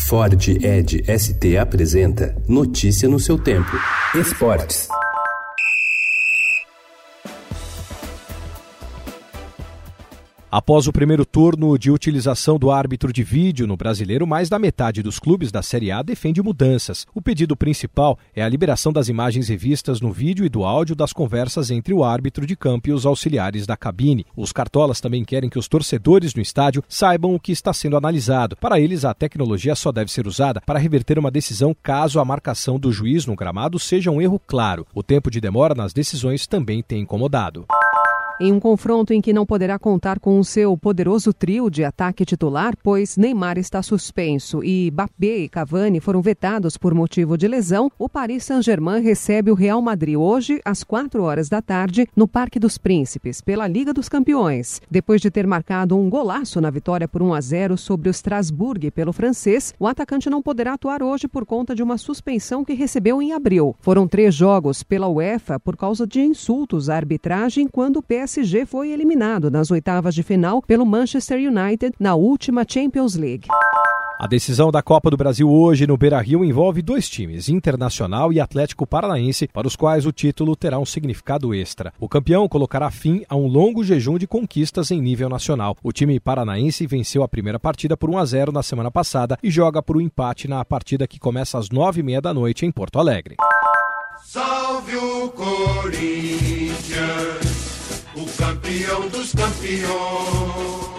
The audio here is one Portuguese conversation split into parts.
Ford Edge ST apresenta Notícia no seu tempo. Esportes. Após o primeiro turno de utilização do árbitro de vídeo no Brasileiro, mais da metade dos clubes da Série A defende mudanças. O pedido principal é a liberação das imagens revistas no vídeo e do áudio das conversas entre o árbitro de campo e os auxiliares da cabine. Os cartolas também querem que os torcedores no estádio saibam o que está sendo analisado. Para eles, a tecnologia só deve ser usada para reverter uma decisão caso a marcação do juiz no gramado seja um erro claro. O tempo de demora nas decisões também tem incomodado. Em um confronto em que não poderá contar com o seu poderoso trio de ataque titular, pois Neymar está suspenso e Mbappé e Cavani foram vetados por motivo de lesão, o Paris Saint-Germain recebe o Real Madrid hoje, às 16h, no Parque dos Príncipes, pela Liga dos Campeões. Depois de ter marcado um golaço na vitória por 1-0 sobre o Strasbourg pelo francês, o atacante não poderá atuar hoje por conta de uma suspensão que recebeu em abril. Foram 3 jogos pela UEFA por causa de insultos à arbitragem quando o PSG foi eliminado nas oitavas de final pelo Manchester United na última Champions League. A decisão da Copa do Brasil hoje no Beira-Rio envolve 2 times, Internacional e Atlético Paranaense, para os quais o título terá um significado extra. O campeão colocará fim a um longo jejum de conquistas em nível nacional. O time paranaense venceu a primeira partida por 1-0 na semana passada e joga por um empate na partida que começa às 9h30 em Porto Alegre. Salve o Corinthians! O campeão dos campeões.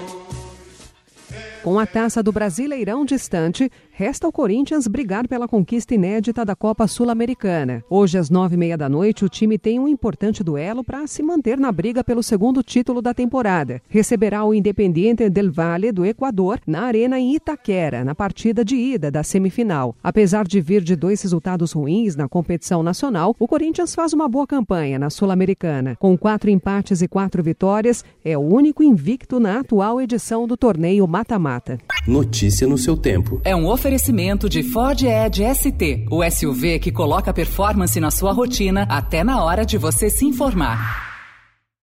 Com a taça do Brasileirão distante, resta ao Corinthians brigar pela conquista inédita da Copa Sul-Americana. Hoje, às 9h30, o time tem um importante duelo para se manter na briga pelo segundo título da temporada. Receberá o Independiente del Valle do Equador na Arena em Itaquera, na partida de ida da semifinal. Apesar de vir de 2 resultados ruins na competição nacional, o Corinthians faz uma boa campanha na Sul-Americana. Com 4 empates e 4 vitórias, é o único invicto na atual edição do torneio mata-mata. Notícia no seu tempo. É um oferecimento de Ford Edge ST, o SUV que coloca performance na sua rotina até na hora de você se informar.